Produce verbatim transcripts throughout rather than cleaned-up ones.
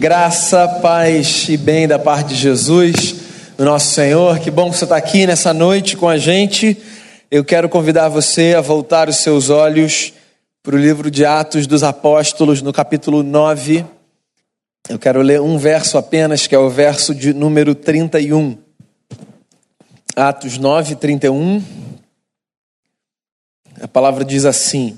Graça, paz e bem da parte de Jesus, do nosso Senhor. Que bom que você está aqui nessa noite com a gente. Eu quero convidar você a voltar os seus olhos para o livro de Atos dos Apóstolos, no capítulo nove. Eu quero ler um verso apenas, que é o verso de número trinta e um. Atos nove, trinta e um. A palavra diz assim: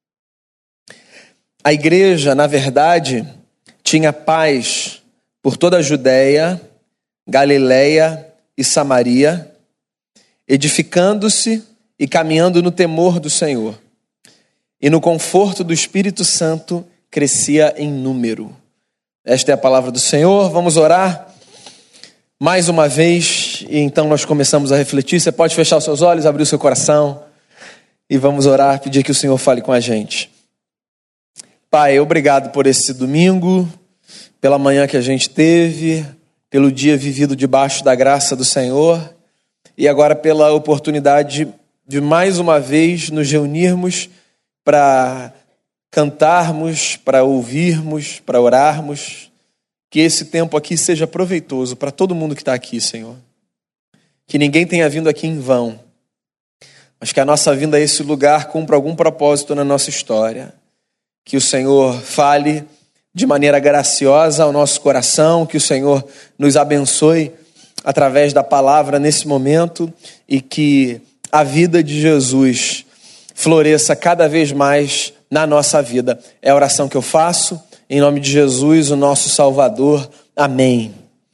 a igreja, na verdade, tinha paz por toda a Judéia, Galiléia e Samaria, edificando-se e caminhando no temor do Senhor. E no conforto do Espírito Santo crescia em número. Esta é a palavra do Senhor. Vamos orar mais uma vez e então nós começamos a refletir. Você pode fechar os seus olhos, abrir o seu coração e vamos orar, pedir que o Senhor fale com a gente. Pai, obrigado por esse domingo, pela manhã que a gente teve, pelo dia vivido debaixo da graça do Senhor e agora pela oportunidade de mais uma vez nos reunirmos para cantarmos, para ouvirmos, para orarmos. Que esse tempo aqui seja proveitoso para todo mundo que está aqui, Senhor. Que ninguém tenha vindo aqui em vão, mas que a nossa vinda a esse lugar cumpra algum propósito na nossa história. Que o Senhor fale de maneira graciosa ao nosso coração, que o Senhor nos abençoe através da palavra nesse momento e que a vida de Jesus floresça cada vez mais na nossa vida. É a oração que eu faço, em nome de Jesus, o nosso Salvador. Amém.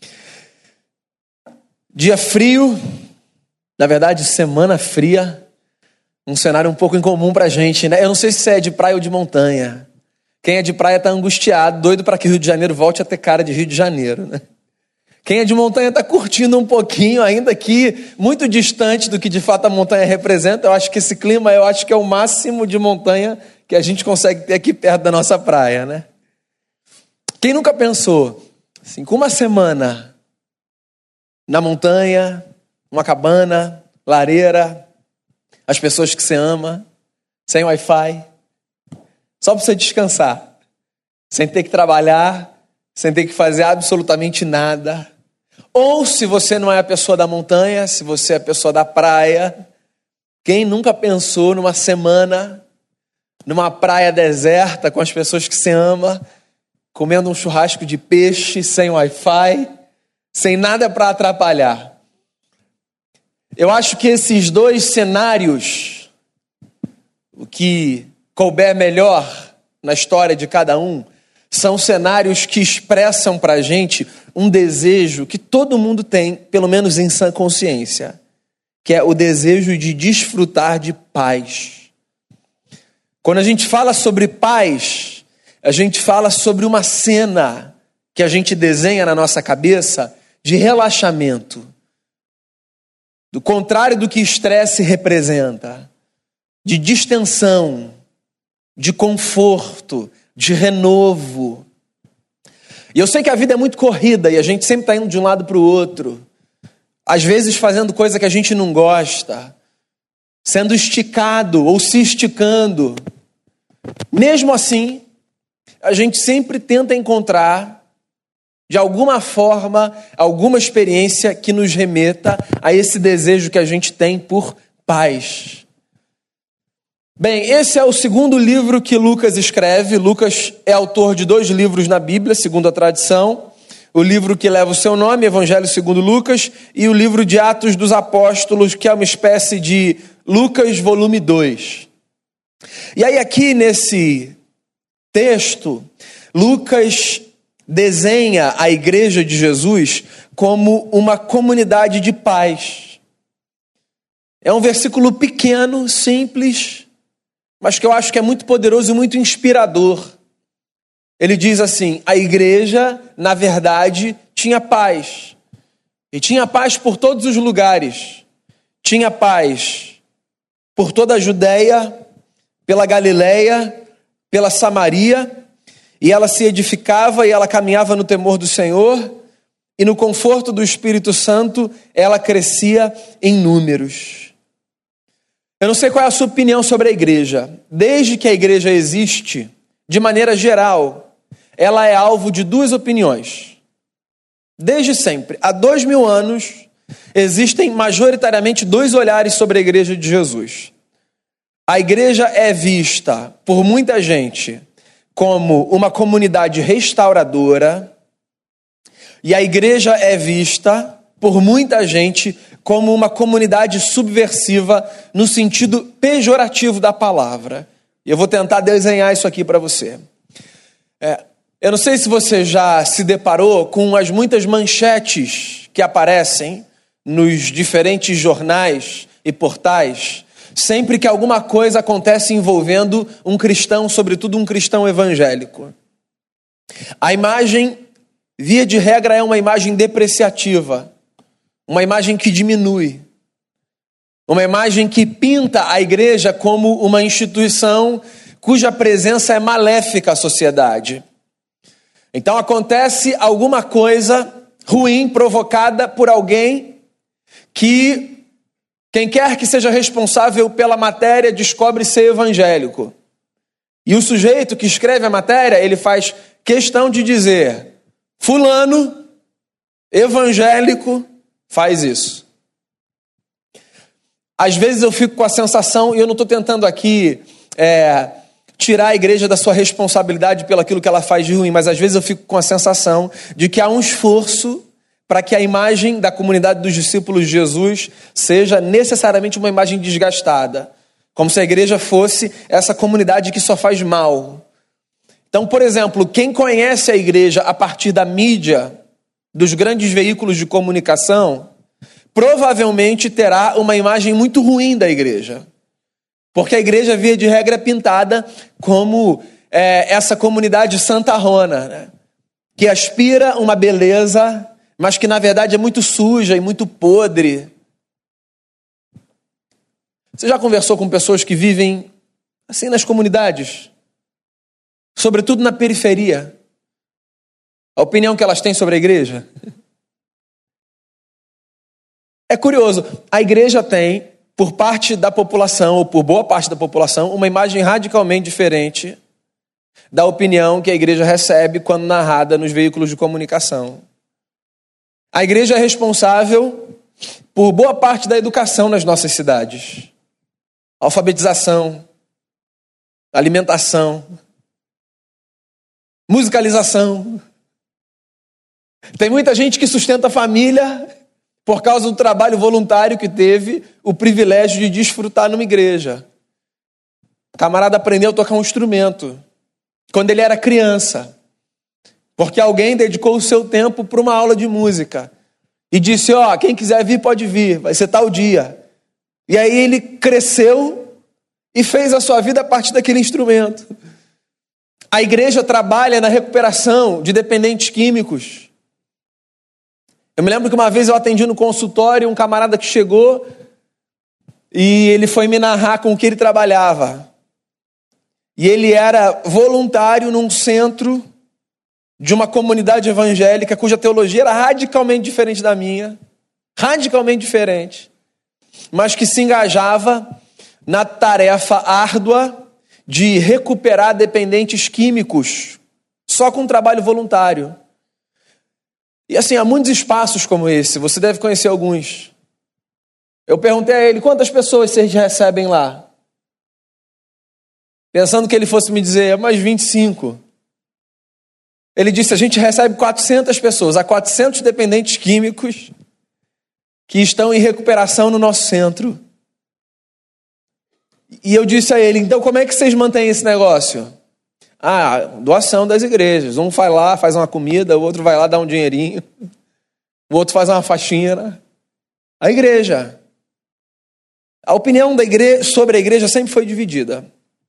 Dia frio, na verdade, semana fria. Um cenário um pouco incomum pra gente, né? Eu não sei se você é de praia ou de montanha. Quem é de praia tá angustiado, doido para que Rio de Janeiro volte a ter cara de Rio de Janeiro, né? Quem é de montanha tá curtindo um pouquinho, ainda que muito distante do que de fato a montanha representa. Eu acho que esse clima, eu acho que é o máximo de montanha que a gente consegue ter aqui perto da nossa praia, né? Quem nunca pensou, assim, com uma semana na montanha, uma cabana, lareira, as pessoas que você ama, sem Wi-Fi, só para você descansar, sem ter que trabalhar, sem ter que fazer absolutamente nada. Ou se você não é a pessoa da montanha, se você é a pessoa da praia, quem nunca pensou numa semana, numa praia deserta, com as pessoas que você ama, comendo um churrasco de peixe, sem Wi-Fi, sem nada para atrapalhar? Eu acho que esses dois cenários, o que couber melhor na história de cada um, são cenários que expressam para a gente um desejo que todo mundo tem, pelo menos em sã consciência, que é o desejo de desfrutar de paz. Quando a gente fala sobre paz, a gente fala sobre uma cena que a gente desenha na nossa cabeça de relaxamento. Do contrário do que estresse representa, de distensão, de conforto, de renovo. E eu sei que a vida é muito corrida e a gente sempre está indo de um lado para o outro, às vezes fazendo coisa que a gente não gosta, sendo esticado ou se esticando. Mesmo assim, a gente sempre tenta encontrar de alguma forma, alguma experiência que nos remeta a esse desejo que a gente tem por paz. Bem, esse é o segundo livro que Lucas escreve. Lucas é autor de dois livros na Bíblia, segundo a tradição. O livro que leva o seu nome, Evangelho segundo Lucas, e o livro de Atos dos Apóstolos, que é uma espécie de Lucas volume dois. E aí aqui nesse texto, Lucas desenha a igreja de Jesus como uma comunidade de paz. É um versículo pequeno, simples, mas que eu acho que é muito poderoso e muito inspirador. Ele diz assim: a igreja, na verdade, tinha paz. E tinha paz por todos os lugares. Tinha paz por toda a Judéia, pela Galiléia, pela Samaria. E ela se edificava e ela caminhava no temor do Senhor, e no conforto do Espírito Santo ela crescia em números. Eu não sei qual é a sua opinião sobre a igreja. Desde que a igreja existe, de maneira geral, ela é alvo de duas opiniões. Desde sempre, há dois mil anos, existem majoritariamente dois olhares sobre a igreja de Jesus. A igreja é vista por muita gente como uma comunidade restauradora, e a igreja é vista por muita gente como uma comunidade subversiva no sentido pejorativo da palavra. E eu vou tentar desenhar isso aqui para você. É, eu não sei se você já se deparou com as muitas manchetes que aparecem nos diferentes jornais e portais, sempre que alguma coisa acontece envolvendo um cristão, sobretudo um cristão evangélico. A imagem, via de regra, é uma imagem depreciativa, uma imagem que diminui, uma imagem que pinta a igreja como uma instituição cuja presença é maléfica à sociedade. Então acontece alguma coisa ruim provocada por alguém que, quem quer que seja responsável pela matéria, descobre ser evangélico. E o sujeito que escreve a matéria, ele faz questão de dizer: fulano, evangélico, faz isso. Às vezes eu fico com a sensação, e eu não estou tentando aqui é, tirar a igreja da sua responsabilidade pelo aquilo que ela faz de ruim, mas às vezes eu fico com a sensação de que há um esforço para que a imagem da comunidade dos discípulos de Jesus seja necessariamente uma imagem desgastada, como se a igreja fosse essa comunidade que só faz mal. Então, por exemplo, quem conhece a igreja a partir da mídia, dos grandes veículos de comunicação, provavelmente terá uma imagem muito ruim da igreja. Porque a igreja, via de regra, é pintada como é, essa comunidade santarrona, né? Que aspira uma beleza, mas que na verdade é muito suja e muito podre. Você já conversou com pessoas que vivem assim nas comunidades? Sobretudo na periferia. A opinião que elas têm sobre a igreja? É curioso, a igreja tem, por parte da população, ou por boa parte da população, uma imagem radicalmente diferente da opinião que a igreja recebe quando narrada nos veículos de comunicação. A igreja é responsável por boa parte da educação nas nossas cidades. Alfabetização, alimentação, musicalização. Tem muita gente que sustenta a família por causa do trabalho voluntário que teve o privilégio de desfrutar numa igreja. O camarada aprendeu a tocar um instrumento quando ele era criança, porque alguém dedicou o seu tempo para uma aula de música e disse: ó, oh, quem quiser vir pode vir, vai ser tal dia. E aí ele cresceu e fez a sua vida a partir daquele instrumento. A igreja trabalha na recuperação de dependentes químicos. Eu me lembro que uma vez eu atendi no consultório um camarada que chegou e ele foi me narrar com o que ele trabalhava. E ele era voluntário num centro de uma comunidade evangélica cuja teologia era radicalmente diferente da minha, radicalmente diferente, mas que se engajava na tarefa árdua de recuperar dependentes químicos, só com um trabalho voluntário. E assim, há muitos espaços como esse, você deve conhecer alguns. Eu perguntei a ele: quantas pessoas vocês recebem lá? Pensando que ele fosse me dizer: mais vinte e cinco. Ele disse: a gente recebe quatrocentas pessoas, há quatrocentos dependentes químicos que estão em recuperação no nosso centro. E eu disse a ele: então como é que vocês mantêm esse negócio? Ah, doação das igrejas. Um vai lá, faz uma comida, o outro vai lá, dá um dinheirinho, o outro faz uma faxina. A igreja. A opinião da igreja, sobre a igreja sempre foi dividida.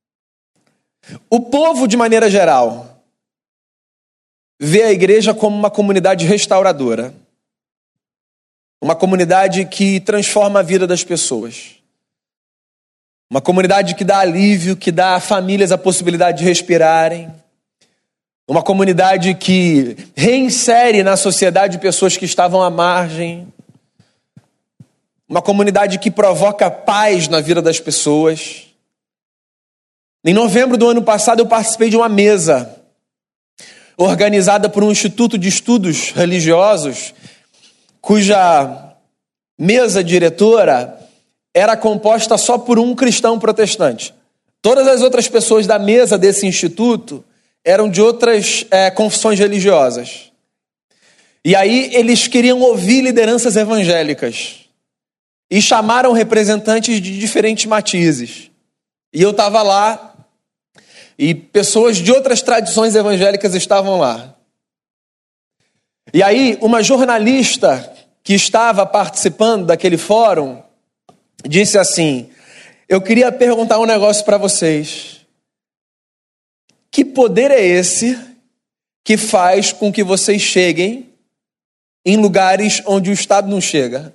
O povo, de maneira geral, vê a igreja como uma comunidade restauradora. Uma comunidade que transforma a vida das pessoas. Uma comunidade que dá alívio, que dá a famílias a possibilidade de respirarem. Uma comunidade que reinsere na sociedade pessoas que estavam à margem. Uma comunidade que provoca paz na vida das pessoas. Em novembro do ano passado eu participei de uma mesa. organizada por um instituto de estudos religiosos, cuja mesa diretora era composta só por um cristão protestante. Todas as outras pessoas da mesa desse instituto eram de outras é, confissões religiosas. E aí eles queriam ouvir lideranças evangélicas e chamaram representantes de diferentes matizes. E eu estava lá e pessoas de outras tradições evangélicas estavam lá. E aí uma jornalista que estava participando daquele fórum disse assim: eu queria perguntar um negócio para vocês. Que poder é esse que faz com que vocês cheguem em lugares onde o Estado não chega?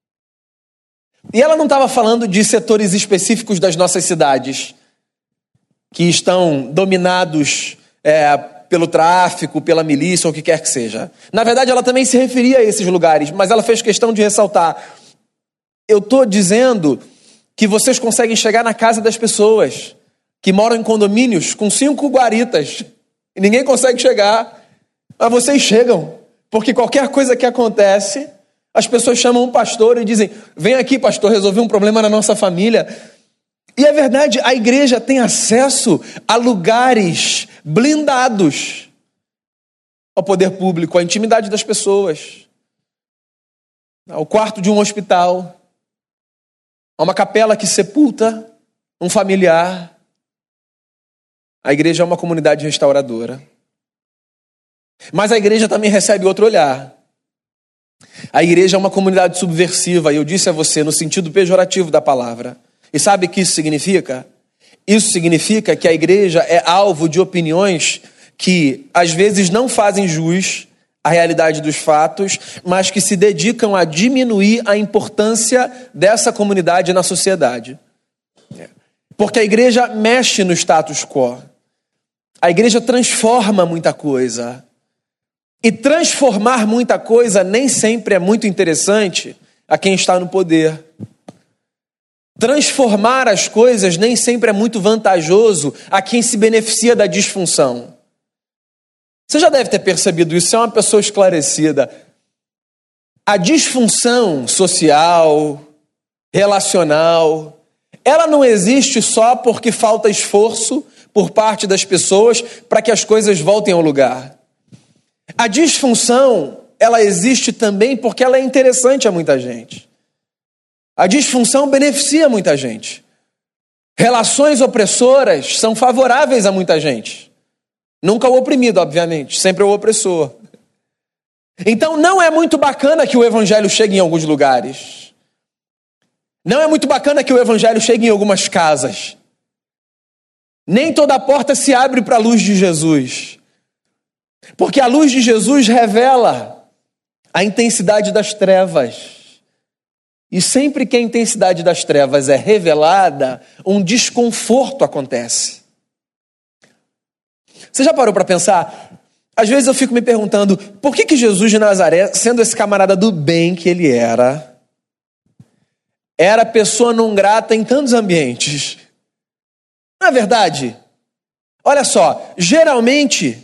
E ela não estava falando de setores específicos das nossas cidades, que estão dominados é, pelo tráfico, pela milícia ou o que quer que seja. Na verdade, ela também se referia a esses lugares, mas ela fez questão de ressaltar: eu estou dizendo que vocês conseguem chegar na casa das pessoas que moram em condomínios com cinco guaritas e ninguém consegue chegar, mas vocês chegam, porque qualquer coisa que acontece, as pessoas chamam um pastor e dizem: vem aqui, pastor, resolver um problema na nossa família. E é verdade, a igreja tem acesso a lugares blindados ao poder público, à intimidade das pessoas, ao quarto de um hospital, a uma capela que sepulta um familiar. A igreja é uma comunidade restauradora. Mas a igreja também recebe outro olhar. A igreja é uma comunidade subversiva, e eu disse a você no sentido pejorativo da palavra. E sabe o que isso significa? Isso significa que a igreja é alvo de opiniões que às vezes não fazem jus à realidade dos fatos, mas que se dedicam a diminuir a importância dessa comunidade na sociedade. Porque a igreja mexe no status quo. A igreja transforma muita coisa. E transformar muita coisa nem sempre é muito interessante a quem está no poder. Transformar as coisas nem sempre é muito vantajoso a quem se beneficia da disfunção. Você já deve ter percebido isso, você é uma pessoa esclarecida. A disfunção social, relacional, ela não existe só porque falta esforço por parte das pessoas para que as coisas voltem ao lugar. A disfunção, ela existe também porque ela é interessante a muita gente. A disfunção beneficia muita gente. Relações opressoras são favoráveis a muita gente. Nunca o oprimido, obviamente, sempre o opressor. Então não é muito bacana que o evangelho chegue em alguns lugares. Não é muito bacana que o evangelho chegue em algumas casas. Nem toda porta se abre para a luz de Jesus. Porque a luz de Jesus revela a intensidade das trevas. E sempre que a intensidade das trevas é revelada, um desconforto acontece. Você já parou para pensar? Às vezes eu fico me perguntando, por que que Jesus de Nazaré, sendo esse camarada do bem que ele era, era pessoa não grata em tantos ambientes? Não é verdade? Olha só, geralmente,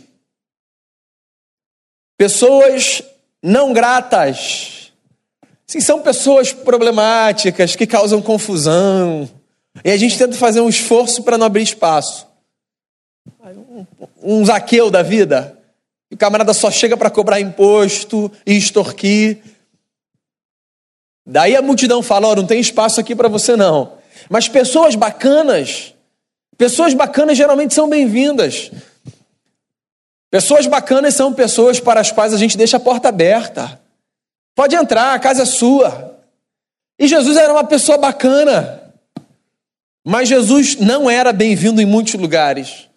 pessoas não gratas, sim, são pessoas problemáticas, que causam confusão. E a gente tenta fazer um esforço para não abrir espaço. Um, um Zaqueu da vida. E o camarada só chega para cobrar imposto e extorquir. Daí a multidão fala: ó, não tem espaço aqui para você não. Mas pessoas bacanas, pessoas bacanas geralmente são bem-vindas. Pessoas bacanas são pessoas para as quais a gente deixa a porta aberta. Pode entrar, a casa é sua. E Jesus era uma pessoa bacana. Mas Jesus não era bem-vindo em muitos lugares.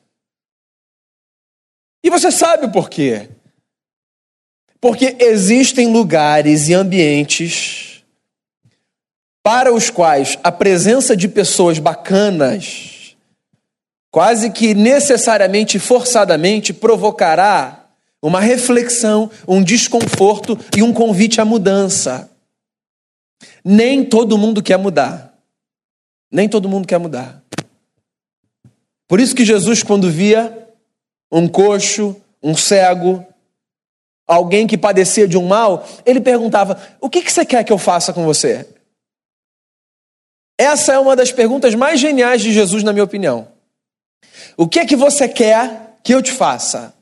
E você sabe por quê? Porque existem lugares e ambientes para os quais a presença de pessoas bacanas, quase que necessariamente, forçadamente, provocará uma reflexão, um desconforto e um convite à mudança. Nem todo mundo quer mudar. Nem todo mundo quer mudar. Por isso que Jesus, quando via um coxo, um cego, alguém que padecia de um mal, ele perguntava: o que que você quer que eu faça com você? Essa é uma das perguntas mais geniais de Jesus, na minha opinião. O que é que você quer que eu te faça?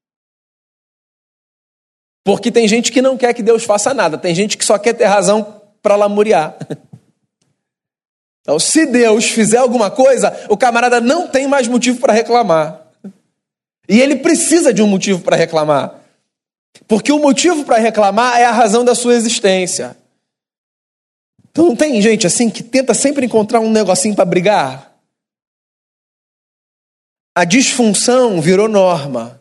Porque tem gente que não quer que Deus faça nada, tem gente que só quer ter razão para lamuriar. Então, se Deus fizer alguma coisa, o camarada não tem mais motivo para reclamar. E ele precisa de um motivo para reclamar. Porque o motivo para reclamar é a razão da sua existência. Então não tem gente assim que tenta sempre encontrar um negocinho para brigar? A disfunção virou norma.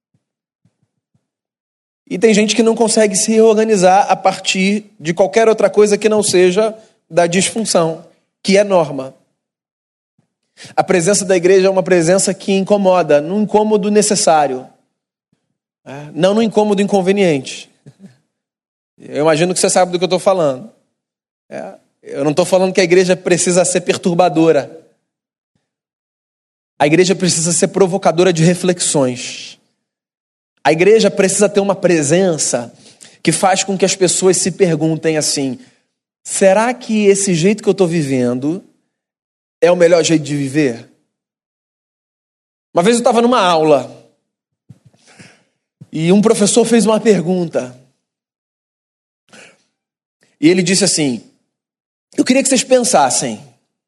E tem gente que não consegue se reorganizar a partir de qualquer outra coisa que não seja da disfunção, que é norma. A presença da igreja é uma presença que incomoda, no incômodo necessário, não no incômodo inconveniente. Eu imagino que você sabe do que eu estou falando. Eu não estou falando que a igreja precisa ser perturbadora. A igreja precisa ser provocadora de reflexões. A igreja precisa ter uma presença que faz com que as pessoas se perguntem assim: será que esse jeito que eu estou vivendo é o melhor jeito de viver? Uma vez eu estava numa aula e um professor fez uma pergunta. E ele disse assim: eu queria que vocês pensassem,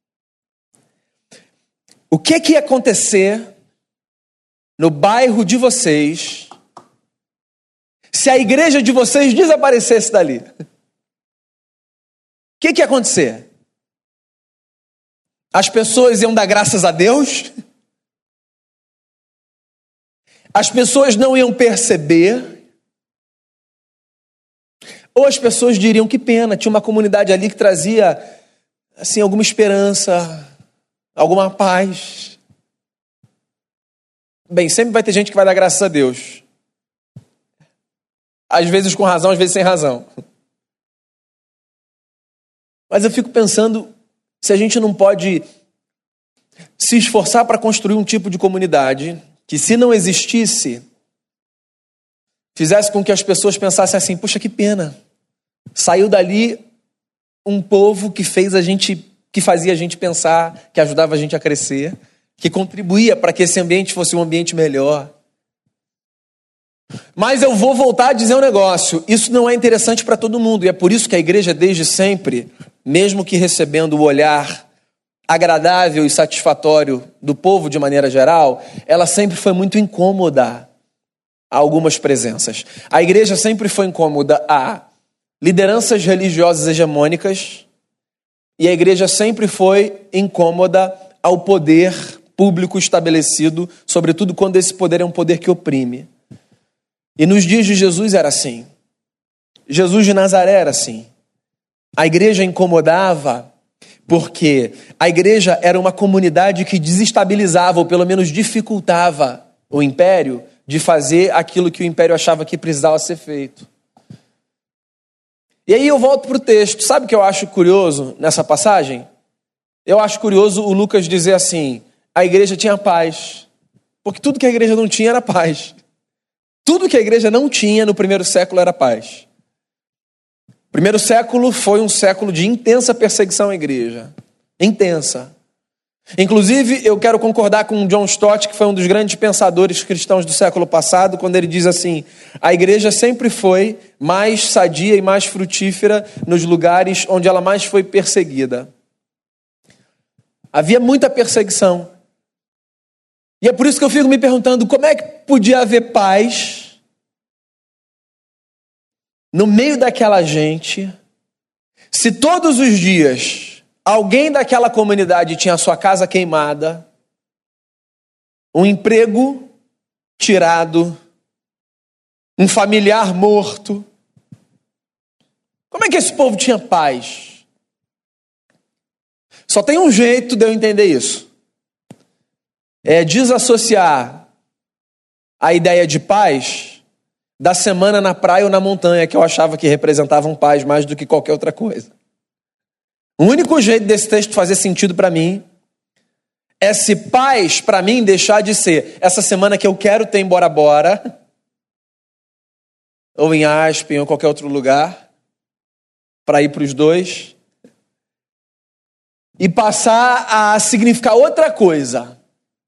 o que que ia acontecer no bairro de vocês se a igreja de vocês desaparecesse dali? O que que ia acontecer? As pessoas iam dar graças a Deus? As pessoas não iam perceber? Ou as pessoas diriam: que pena, tinha uma comunidade ali que trazia assim, alguma esperança, alguma paz. Bem, sempre vai ter gente que vai dar graças a Deus. Às vezes com razão, às vezes sem razão. Mas eu fico pensando se a gente não pode se esforçar para construir um tipo de comunidade que, se não existisse, fizesse com que as pessoas pensassem assim: puxa, que pena. Saiu dali um povo que fez a gente, que fazia a gente pensar, que ajudava a gente a crescer, que contribuía para que esse ambiente fosse um ambiente melhor. Mas eu vou voltar a dizer um negócio: isso não é interessante para todo mundo, e é por isso que a igreja, desde sempre, mesmo que recebendo o olhar agradável e satisfatório do povo de maneira geral, ela sempre foi muito incômoda a algumas presenças. A igreja sempre foi incômoda a lideranças religiosas hegemônicas, e a igreja sempre foi incômoda ao poder público estabelecido, sobretudo quando esse poder é um poder que oprime. E nos dias de Jesus era assim. Jesus de Nazaré era assim. A igreja incomodava porque a igreja era uma comunidade que desestabilizava, ou pelo menos dificultava, o império de fazer aquilo que o império achava que precisava ser feito. E aí eu volto para o texto. Sabe o que eu acho curioso nessa passagem? Eu acho curioso o Lucas dizer assim: a igreja tinha paz. Porque tudo que a igreja não tinha era paz. Tudo que a igreja não tinha no primeiro século era paz. O primeiro século foi um século de intensa perseguição à igreja. Intensa. Inclusive, eu quero concordar com John Stott, que foi um dos grandes pensadores cristãos do século passado, quando ele diz assim: a igreja sempre foi mais sadia e mais frutífera nos lugares onde ela mais foi perseguida. Havia muita perseguição. E é por isso que eu fico me perguntando: como é que podia haver paz no meio daquela gente, se todos os dias alguém daquela comunidade tinha a sua casa queimada, um emprego tirado, um familiar morto? Como é que esse povo tinha paz? Só tem um jeito de eu entender isso. É desassociar a ideia de paz da semana na praia ou na montanha, que eu achava que representavam paz mais do que qualquer outra coisa. O único jeito desse texto fazer sentido para mim é se paz, para mim, deixar de ser essa semana que eu quero ter embora bora, ou em Aspen, ou qualquer outro lugar, para ir para os dois, e passar a significar outra coisa.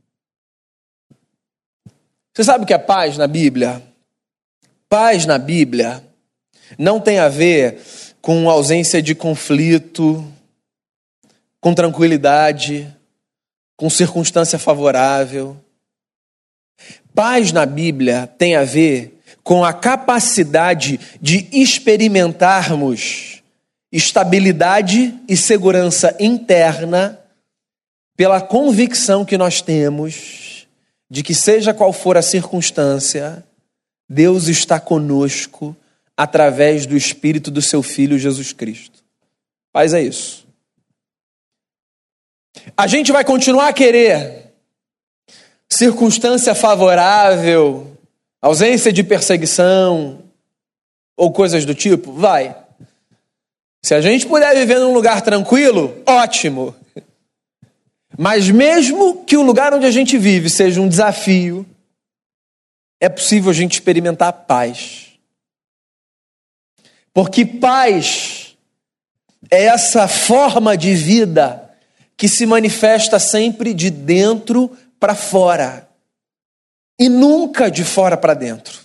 Você sabe o que é paz na Bíblia? Paz na Bíblia não tem a ver com ausência de conflito, com tranquilidade, com circunstância favorável. Paz na Bíblia tem a ver com a capacidade de experimentarmos estabilidade e segurança interna pela convicção que nós temos de que, seja qual for a circunstância, Deus está conosco através do Espírito do seu Filho Jesus Cristo. Paz é isso. A gente vai continuar a querer circunstância favorável, ausência de perseguição ou coisas do tipo? Vai. Se a gente puder viver num lugar tranquilo, ótimo. Mas mesmo que o lugar onde a gente vive seja um desafio, é possível a gente experimentar paz. Porque paz é essa forma de vida que se manifesta sempre de dentro para fora e nunca de fora para dentro.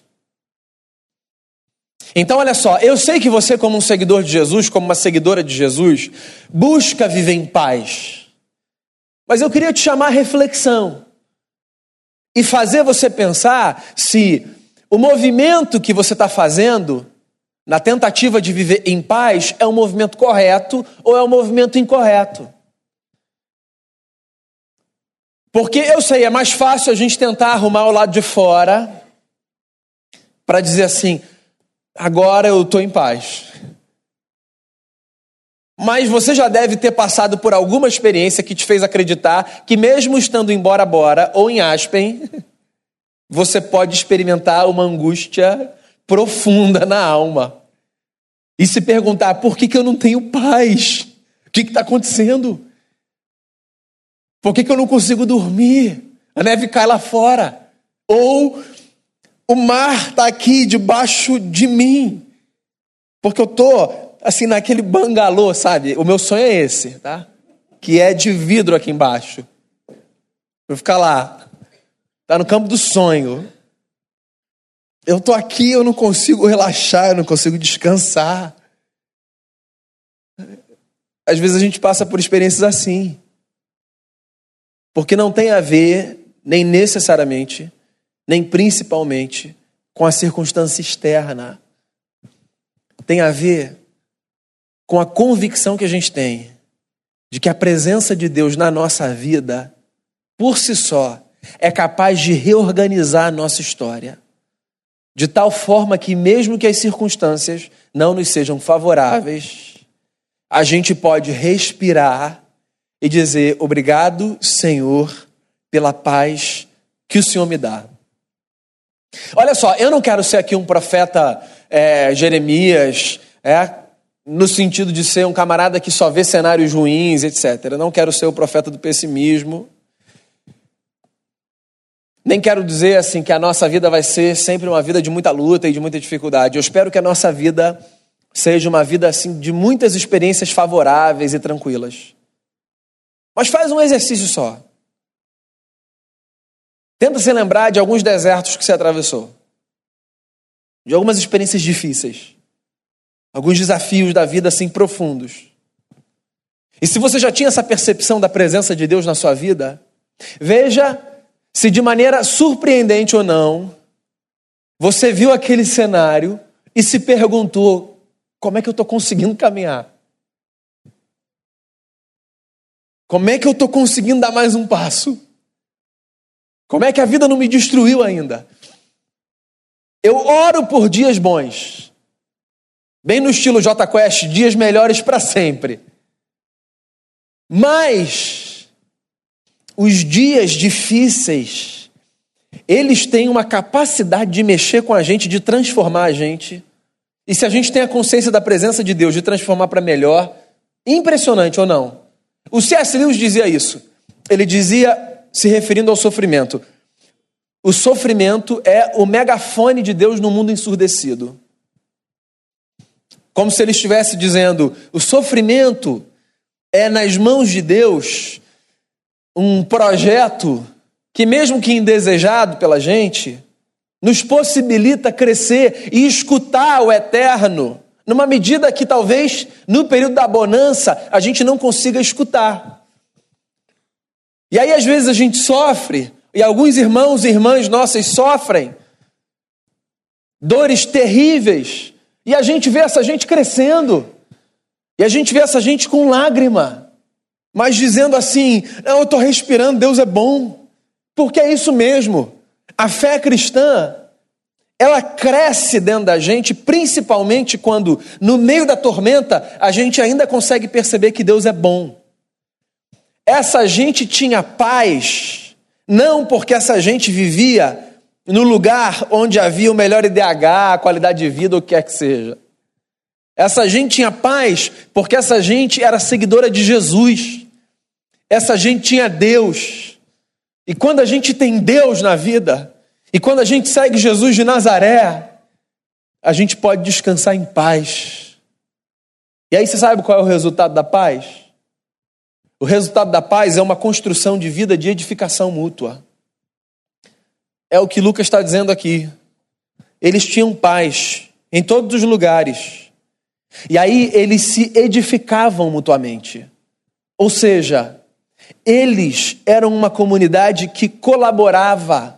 Então, olha só, eu sei que você, como um seguidor de Jesus, como uma seguidora de Jesus, busca viver em paz. Mas eu queria te chamar a reflexão e fazer você pensar se o movimento que você está fazendo na tentativa de viver em paz é um movimento correto ou é um movimento incorreto. Porque eu sei, é mais fácil a gente tentar arrumar o lado de fora para dizer assim, agora eu estou em paz. Mas você já deve ter passado por alguma experiência que te fez acreditar que mesmo estando em Bora Bora ou em Aspen, você pode experimentar uma angústia profunda na alma. E se perguntar, por que que eu não tenho paz? O que está acontecendo? Por que que eu não consigo dormir? A neve cai lá fora. Ou o mar está aqui debaixo de mim. Porque eu estou, assim, naquele bangalô, sabe? O meu sonho é esse, tá? Que é de vidro aqui embaixo. Vou ficar lá. Tá no campo do sonho. Eu estou aqui, eu não consigo relaxar, eu não consigo descansar. Às vezes a gente passa por experiências assim. Porque não tem a ver, nem necessariamente, nem principalmente, com a circunstância externa. Tem a ver com a convicção que a gente tem de que a presença de Deus na nossa vida, por si só, é capaz de reorganizar a nossa história. De tal forma que, mesmo que as circunstâncias não nos sejam favoráveis, a gente pode respirar e dizer, obrigado, Senhor, pela paz que o Senhor me dá. Olha só, eu não quero ser aqui um profeta é, Jeremias, é, no sentido de ser um camarada que só vê cenários ruins, etcétera. Eu não quero ser o profeta do pessimismo. Nem quero dizer assim que a nossa vida vai ser sempre uma vida de muita luta e de muita dificuldade. Eu espero que a nossa vida seja uma vida assim de muitas experiências favoráveis e tranquilas. Mas faz um exercício só. Tenta se lembrar de alguns desertos que você atravessou. De algumas experiências difíceis. Alguns desafios da vida assim profundos. E se você já tinha essa percepção da presença de Deus na sua vida, veja se de maneira surpreendente ou não, você viu aquele cenário e se perguntou, como é que eu estou conseguindo caminhar? Como é que eu estou conseguindo dar mais um passo? Como é que a vida não me destruiu ainda? Eu oro por dias bons. Bem no estilo Jota Quest, dias melhores para sempre. Mas os dias difíceis, eles têm uma capacidade de mexer com a gente, de transformar a gente. E se a gente tem a consciência da presença de Deus, de transformar para melhor, impressionante ou não? O C S Lewis dizia isso. Ele dizia, se referindo ao sofrimento, o sofrimento é o megafone de Deus no mundo ensurdecido. Como se ele estivesse dizendo, o sofrimento é nas mãos de Deus um projeto que, mesmo que indesejado pela gente, nos possibilita crescer e escutar o eterno, numa medida que talvez no período da bonança a gente não consiga escutar. E aí às vezes a gente sofre, e alguns irmãos e irmãs nossas sofrem dores terríveis, e a gente vê essa gente crescendo, e a gente vê essa gente com lágrima, mas dizendo assim, não, eu estou respirando, Deus é bom, porque é isso mesmo. A fé cristã, ela cresce dentro da gente, principalmente quando, no meio da tormenta, a gente ainda consegue perceber que Deus é bom. Essa gente tinha paz, não porque essa gente vivia no lugar onde havia o melhor I D H, a qualidade de vida, ou o que quer que seja. Essa gente tinha paz porque essa gente era seguidora de Jesus. Essa gente tinha Deus. E quando a gente tem Deus na vida, e quando a gente segue Jesus de Nazaré, a gente pode descansar em paz. E aí você sabe qual é o resultado da paz? O resultado da paz é uma construção de vida de edificação mútua. É o que Lucas está dizendo aqui. Eles tinham paz em todos os lugares. E aí eles se edificavam mutuamente. Ou seja, eles eram uma comunidade que colaborava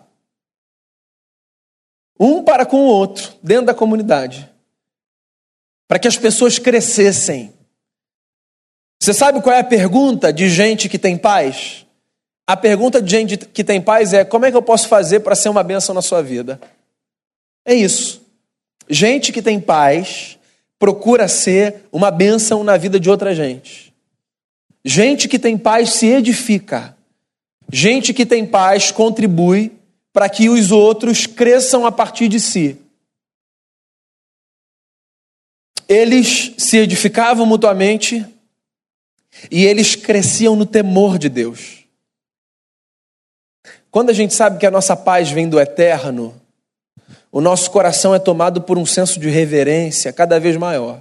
um para com o outro, dentro da comunidade, para que as pessoas crescessem. Você sabe qual é a pergunta de gente que tem paz? A pergunta de gente que tem paz é: como é que eu posso fazer para ser uma bênção na sua vida? É isso. Gente que tem paz procura ser uma bênção na vida de outra gente. Gente que tem paz se edifica. Gente que tem paz contribui para que os outros cresçam a partir de si. Eles se edificavam mutuamente e eles cresciam no temor de Deus. Quando a gente sabe que a nossa paz vem do eterno, o nosso coração é tomado por um senso de reverência cada vez maior.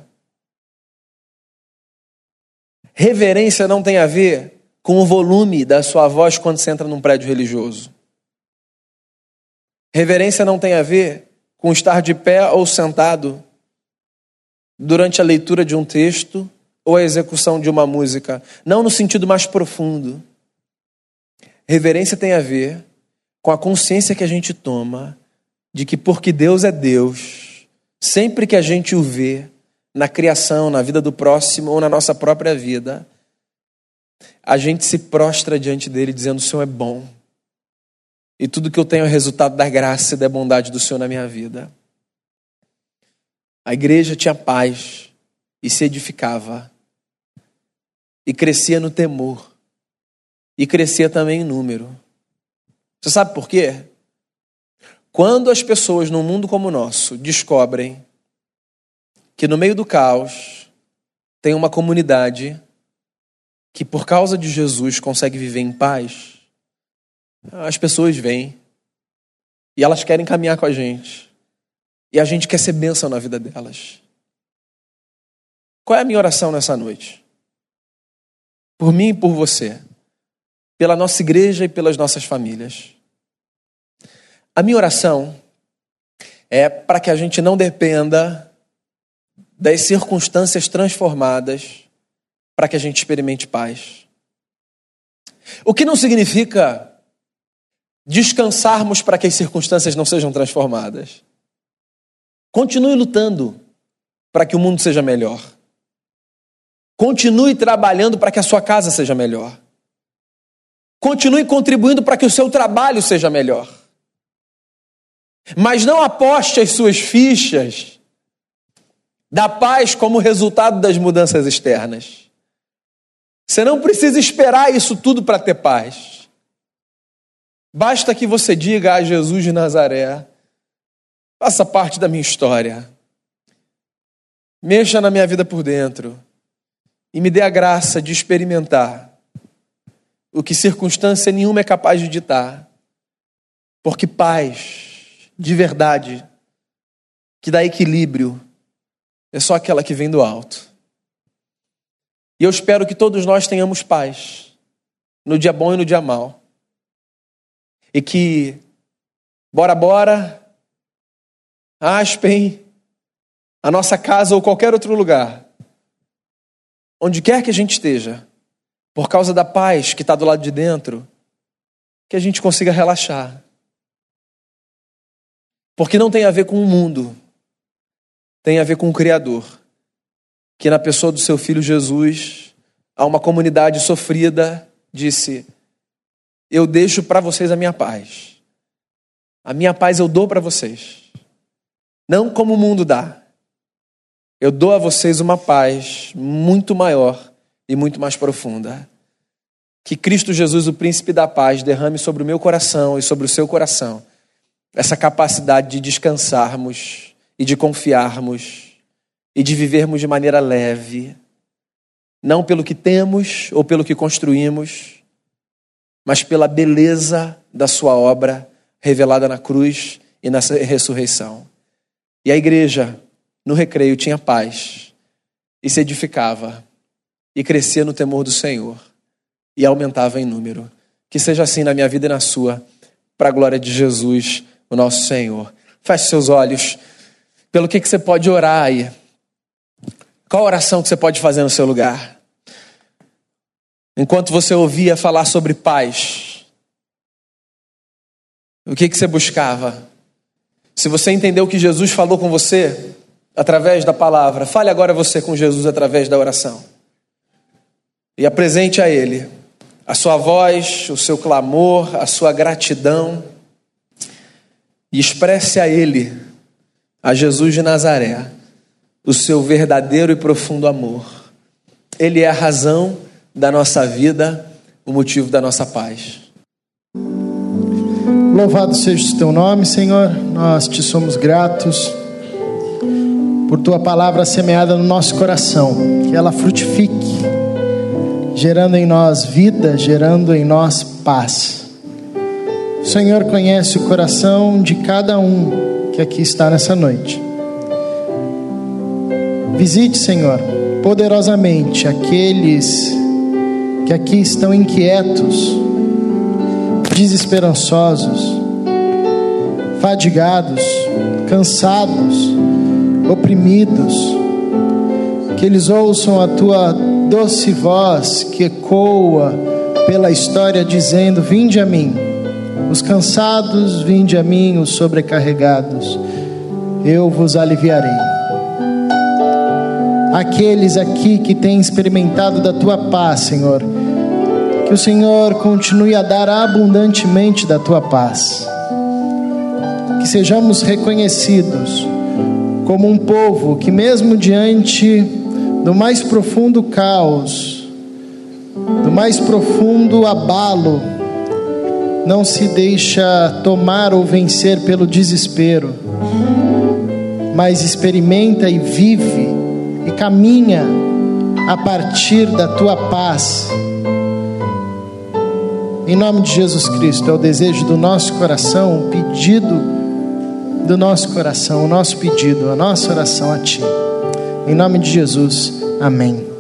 Reverência não tem a ver com o volume da sua voz quando você entra num prédio religioso. Reverência não tem a ver com estar de pé ou sentado durante a leitura de um texto ou a execução de uma música. Não no sentido mais profundo. Reverência tem a ver com a consciência que a gente toma de que, porque Deus é Deus, sempre que a gente o vê na criação, na vida do próximo ou na nossa própria vida, a gente se prostra diante dele dizendo: o Senhor é bom. E tudo que eu tenho é resultado da graça e da bondade do Senhor na minha vida. A igreja tinha paz e se edificava. E crescia no temor. E crescia também em número. Você sabe por quê? Quando as pessoas num mundo como o nosso descobrem que no meio do caos tem uma comunidade que por causa de Jesus consegue viver em paz, as pessoas vêm e elas querem caminhar com a gente. E a gente quer ser bênção na vida delas. Qual é a minha oração nessa noite? Por mim e por você. Pela nossa igreja e pelas nossas famílias. A minha oração é para que a gente não dependa das circunstâncias transformadas para que a gente experimente paz. O que não significa descansarmos para que as circunstâncias não sejam transformadas. Continue lutando para que o mundo seja melhor. Continue trabalhando para que a sua casa seja melhor. Continue contribuindo para que o seu trabalho seja melhor. Mas não aposte as suas fichas da paz como resultado das mudanças externas. Você não precisa esperar isso tudo para ter paz. Basta que você diga a Jesus de Nazaré: faça parte da minha história. Mexa na minha vida por dentro. E me dê a graça de experimentar o que circunstância nenhuma é capaz de ditar. Porque paz, de verdade, que dá equilíbrio, é só aquela que vem do alto. E eu espero que todos nós tenhamos paz, no dia bom e no dia mau. E que, bora, bora, Aspen, a nossa casa ou qualquer outro lugar, onde quer que a gente esteja, por causa da paz que está do lado de dentro, que a gente consiga relaxar. Porque não tem a ver com o mundo, tem a ver com o Criador, que na pessoa do seu Filho Jesus, a uma comunidade sofrida, disse: eu deixo para vocês a minha paz. A minha paz eu dou para vocês. Não como o mundo dá. Eu dou a vocês uma paz muito maior e muito mais profunda. Que Cristo Jesus, o príncipe da paz, derrame sobre o meu coração e sobre o seu coração essa capacidade de descansarmos e de confiarmos e de vivermos de maneira leve, não pelo que temos ou pelo que construímos, mas pela beleza da sua obra revelada na cruz e na ressurreição. E a igreja, no recreio, tinha paz e se edificava e crescia no temor do Senhor e aumentava em número. Que seja assim na minha vida e na sua, para a glória de Jesus, o nosso Senhor. Feche seus olhos. Pelo que, que você pode orar aí? Qual oração que você pode fazer no seu lugar? Enquanto você ouvia falar sobre paz, o que, que você buscava? Se você entendeu que Jesus falou com você através da palavra, fale agora você com Jesus através da oração. E apresente a Ele a sua voz, o seu clamor, a sua gratidão. E expresse a Ele, a Jesus de Nazaré, o seu verdadeiro e profundo amor. Ele é a razão da nossa vida, o motivo da nossa paz. Louvado seja o teu nome, Senhor. Nós te somos gratos por tua palavra semeada no nosso coração, que ela frutifique, gerando em nós vida, gerando em nós paz. O Senhor conhece o coração de cada um que aqui está nessa noite. Visite, Senhor, poderosamente aqueles que aqui estão inquietos, desesperançosos, fadigados, cansados, oprimidos. Que eles ouçam a tua doce voz que ecoa pela história dizendo: vinde a mim, os cansados, vinde a mim, os sobrecarregados, eu vos aliviarei. Aqueles aqui que têm experimentado da tua paz, Senhor, que o Senhor continue a dar abundantemente da tua paz. Que sejamos reconhecidos como um povo que, mesmo diante do mais profundo caos, do mais profundo abalo, não se deixa tomar ou vencer pelo desespero, mas experimenta e vive e caminha a partir da tua paz. Em nome de Jesus Cristo, é o desejo do nosso coração, o pedido do nosso coração, o nosso pedido, a nossa oração a Ti. Em nome de Jesus, amém.